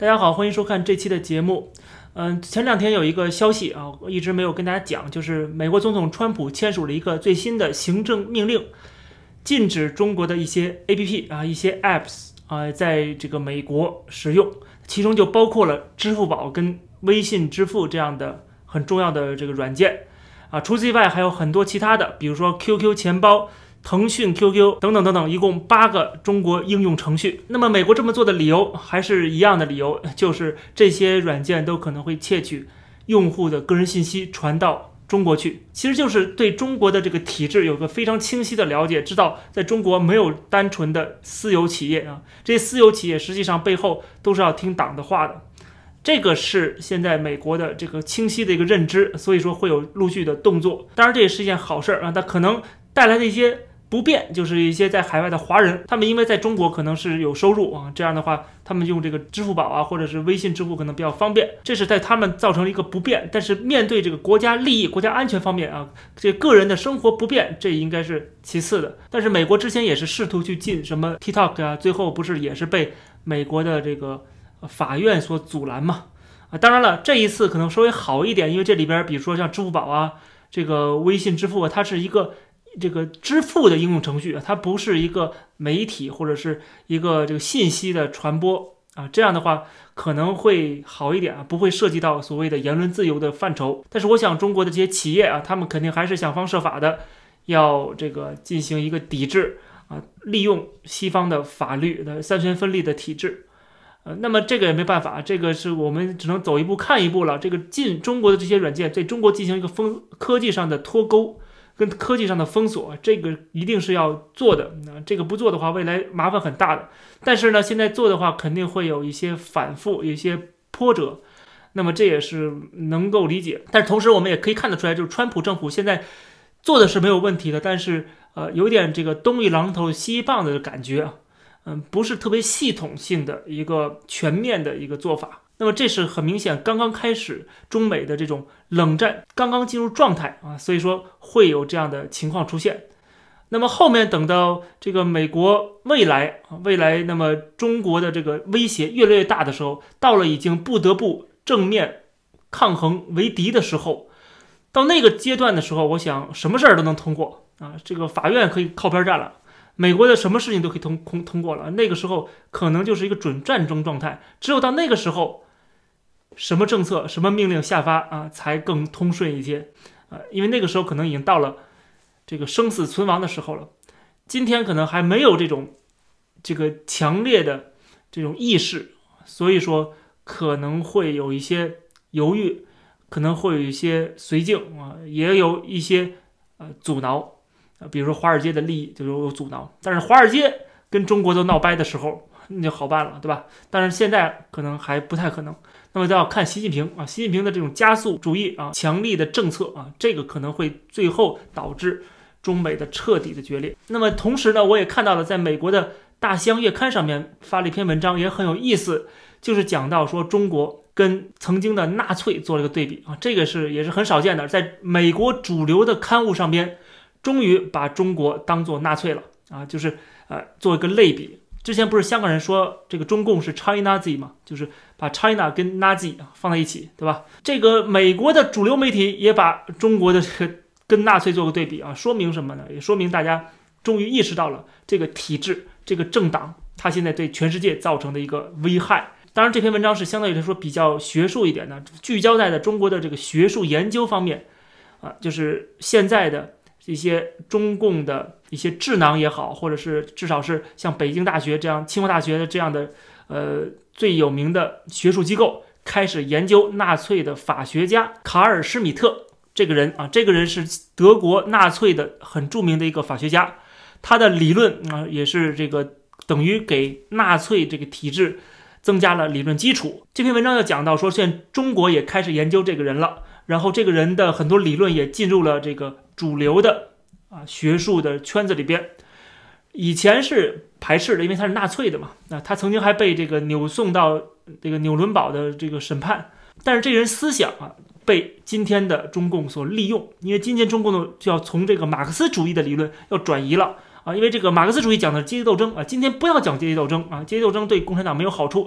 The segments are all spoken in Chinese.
大家好，欢迎收看这期的节目。前两天有一个消息啊，我一直没有跟大家讲，就是美国总统川普签署了一个最新的行政命令，禁止中国的一些 APP 啊、一些 Apps 啊，在这个美国使用，其中就包括了支付宝跟微信支付这样的很重要的这个软件啊。除此以外，还有很多其他的，比如说 QQ 钱包、腾讯 QQ 等等等等，一共8个中国应用程序。那么美国这么做的理由还是一样的理由，就是这些软件都可能会窃取用户的个人信息传到中国去，其实就是对中国的这个体制有个非常清晰的了解，知道在中国没有单纯的私有企业啊，这些私有企业实际上背后都是要听党的话的。这个是现在美国的这个清晰的一个认知，所以说会有陆续的动作。当然这也是一件好事啊，它可能带来的一些不便，就是一些在海外的华人，他们因为在中国可能是有收入啊，这样的话他们用这个支付宝啊或者是微信支付可能比较方便，这是在他们造成了一个不便。但是面对这个国家利益、国家安全方面啊，这个人的生活不便，这应该是其次的。但是美国之前也是试图去禁什么 TikTok 啊，最后不是也是被美国的这个法院所阻拦嘛？啊，当然了，这一次可能稍微好一点，因为这里边比如说像支付宝啊、这个微信支付啊，它是一个这个支付的应用程序，它不是一个媒体或者是一个这个信息的传播啊，这样的话可能会好一点啊，不会涉及到所谓的言论自由的范畴。但是我想中国的这些企业啊，他们肯定还是想方设法的要这个进行一个抵制啊，利用西方的法律的三权分立的体制。那么这个也没办法，这个是我们只能走一步看一步了。这个禁中国的这些软件对中国进行一个科技上的脱钩跟科技上的封锁，这个一定是要做的。这个不做的话，未来麻烦很大的。但是呢，现在做的话，肯定会有一些反复，有一些波折。那么这也是能够理解。但是同时，我们也可以看得出来，就是川普政府现在做的是没有问题的，但是有点这个东一榔头西一棒子的感觉啊。不是特别系统性的一个全面的一个做法。那么这是很明显，刚刚开始中美的这种冷战刚刚进入状态啊，所以说会有这样的情况出现。那么后面等到这个美国未来，那么中国的这个威胁越来越大的时候，到了已经不得不正面抗衡为敌的时候，到那个阶段的时候，我想什么事儿都能通过啊，这个法院可以靠边站了。美国的什么事情都可以通过了，那个时候可能就是一个准战争状态。只有到那个时候，什么政策、什么命令下发啊，才更通顺一些啊，因为那个时候可能已经到了这个生死存亡的时候了。今天可能还没有这个强烈的这种意识，所以说可能会有一些犹豫，可能会有一些绥靖啊，也有一些阻挠。比如说华尔街的利益就有阻挠，但是华尔街跟中国都闹掰的时候，那就好办了，对吧？但是现在可能还不太可能。那么就要看习近平啊，习近平的这种加速主义啊、强力的政策啊，这个可能会最后导致中美的彻底的决裂。那么同时呢，我也看到了在美国的大西洋月刊上面发了一篇文章，也很有意思，就是讲到说中国跟曾经的纳粹做了一个对比啊，这个也是很少见的，在美国主流的刊物上边。终于把中国当作纳粹了啊，就是做一个类比。之前不是香港人说这个中共是 China-Nazi 嘛，就是把 China 跟 Nazi 放在一起，对吧？这个美国的主流媒体也把中国的这个跟纳粹做个对比啊，说明什么呢？也说明大家终于意识到了这个体制、这个政党，它现在对全世界造成的一个危害。当然，这篇文章是相对来说比较学术一点的，聚焦在中国的这个学术研究方面啊，就是现在的。一些中共的一些智囊也好，或者是至少是像北京大学这样、清华大学的这样的最有名的学术机构，开始研究纳粹的法学家卡尔施米特这个人啊，这个人是德国纳粹的很著名的一个法学家，他的理论啊也是这个等于给纳粹这个体制增加了理论基础。这篇文章要讲到说，现在中国也开始研究这个人了。然后这个人的很多理论也进入了这个主流的学术的圈子里边，以前是排斥的，因为他是纳粹的嘛。他曾经还被这个扭送到这个纽伦堡的这个审判，但是这个人思想被今天的中共所利用，因为今天中共呢就要从这个马克思主义的理论要转移了因为这个马克思主义讲的是阶级斗争今天不要讲阶级斗争阶级斗争对共产党没有好处，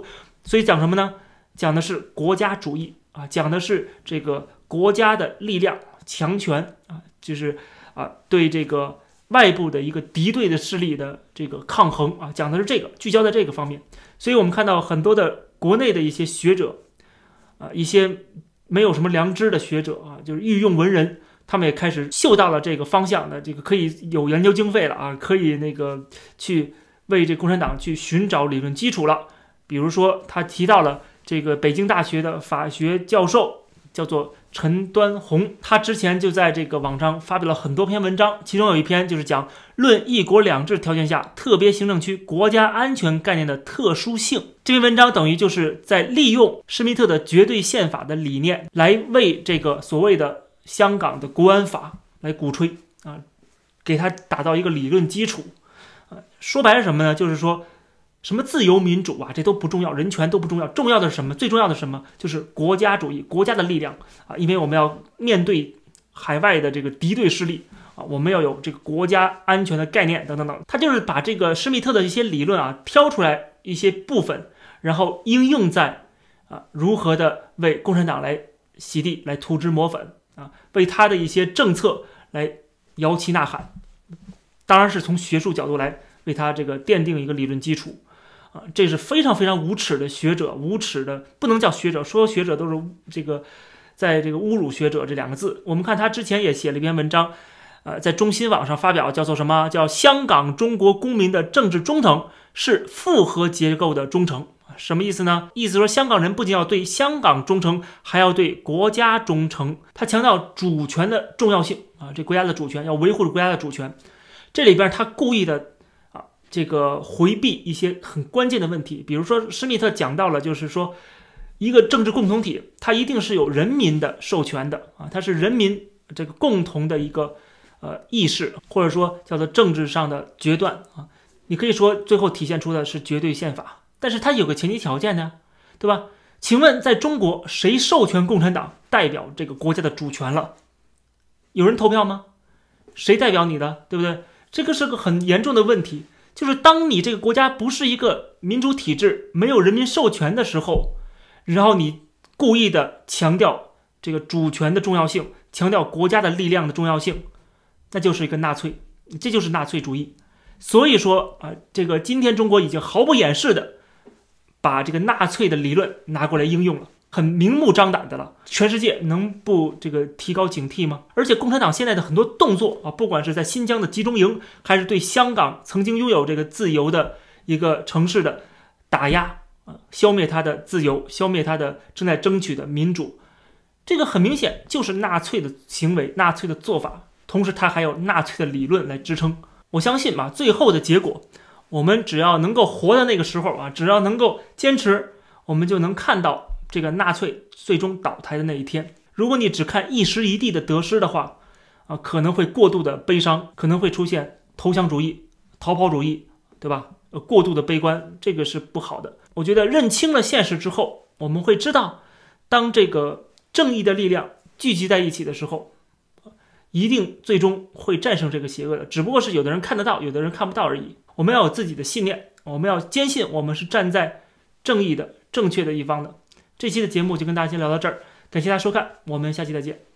所以讲什么呢？讲的是国家主义啊，讲的是这个国家的力量、强权啊，就是对这个外部的一个敌对的势力的这个抗衡啊，讲的是这个，聚焦在这个方面。所以我们看到很多的国内的一些学者一些没有什么良知的学者就是御用文人，他们也开始嗅到了这个方向的，这个可以有研究经费了可以那个去为这共产党去寻找理论基础了。比如说他提到了这个北京大学的法学教授叫做陈端红，他之前就在这个网上发表了很多篇文章，其中有一篇就是讲论一国两制条件下特别行政区国家安全概念的特殊性。这篇文章等于就是在利用施密特的绝对宪法的理念来为这个所谓的香港的国安法来鼓吹给他打造一个理论基础说白了什么呢？就是说什么自由民主这都不重要，人权都不重要，重要的是什么？最重要的是什么？就是国家主义，国家的力量因为我们要面对海外的这个敌对势力我们要有这个国家安全的概念等等等。他就是把这个施密特的一些理论挑出来一些部分，然后应用在如何的为共产党来洗地，来涂脂抹粉为他的一些政策来摇旗呐喊。当然是从学术角度来为他这个奠定一个理论基础这是非常非常无耻的学者，无耻的不能叫学者，说学者都是这个在这个侮辱学者这两个字。我们看他之前也写了一篇文章在中新网上发表，叫做什么？叫香港中国公民的政治忠诚是复合结构的忠诚。什么意思呢？意思说香港人不仅要对香港忠诚，还要对国家忠诚。他强调主权的重要性这国家的主权要维护国家的主权。这里边他故意的这个回避一些很关键的问题，比如说施密特讲到了，就是说一个政治共同体它一定是有人民的授权的它是人民这个共同的一个意识，或者说叫做政治上的决断你可以说最后体现出的是绝对宪法，但是它有个前提条件呢，对吧？请问在中国谁授权共产党代表这个国家的主权了？有人投票吗？谁代表你的，对不对？这个是个很严重的问题，就是当你这个国家不是一个民主体制，没有人民授权的时候，然后你故意的强调这个主权的重要性，强调国家的力量的重要性，那就是一个纳粹，这就是纳粹主义。所以说这个今天中国已经毫不掩饰的把这个纳粹的理论拿过来应用了，很明目张胆的了，全世界能不这个提高警惕吗？而且共产党现在的很多动作不管是在新疆的集中营，还是对香港曾经拥有这个自由的一个城市的打压消灭它的自由，消灭它的正在争取的民主，这个很明显就是纳粹的行为，纳粹的做法，同时它还有纳粹的理论来支撑。我相信最后的结果，我们只要能够活到那个时候只要能够坚持，我们就能看到这个纳粹最终倒台的那一天。如果你只看一时一地的得失的话可能会过度的悲伤，可能会出现投降主义、逃跑主义，对吧？过度的悲观，这个是不好的。我觉得认清了现实之后，我们会知道，当这个正义的力量聚集在一起的时候，一定最终会战胜这个邪恶的，只不过是有的人看得到，有的人看不到而已。我们要有自己的信念，我们要坚信我们是站在正义的、正确的一方的。这期的节目就跟大家先聊到这儿，感谢大家收看，我们下期再见。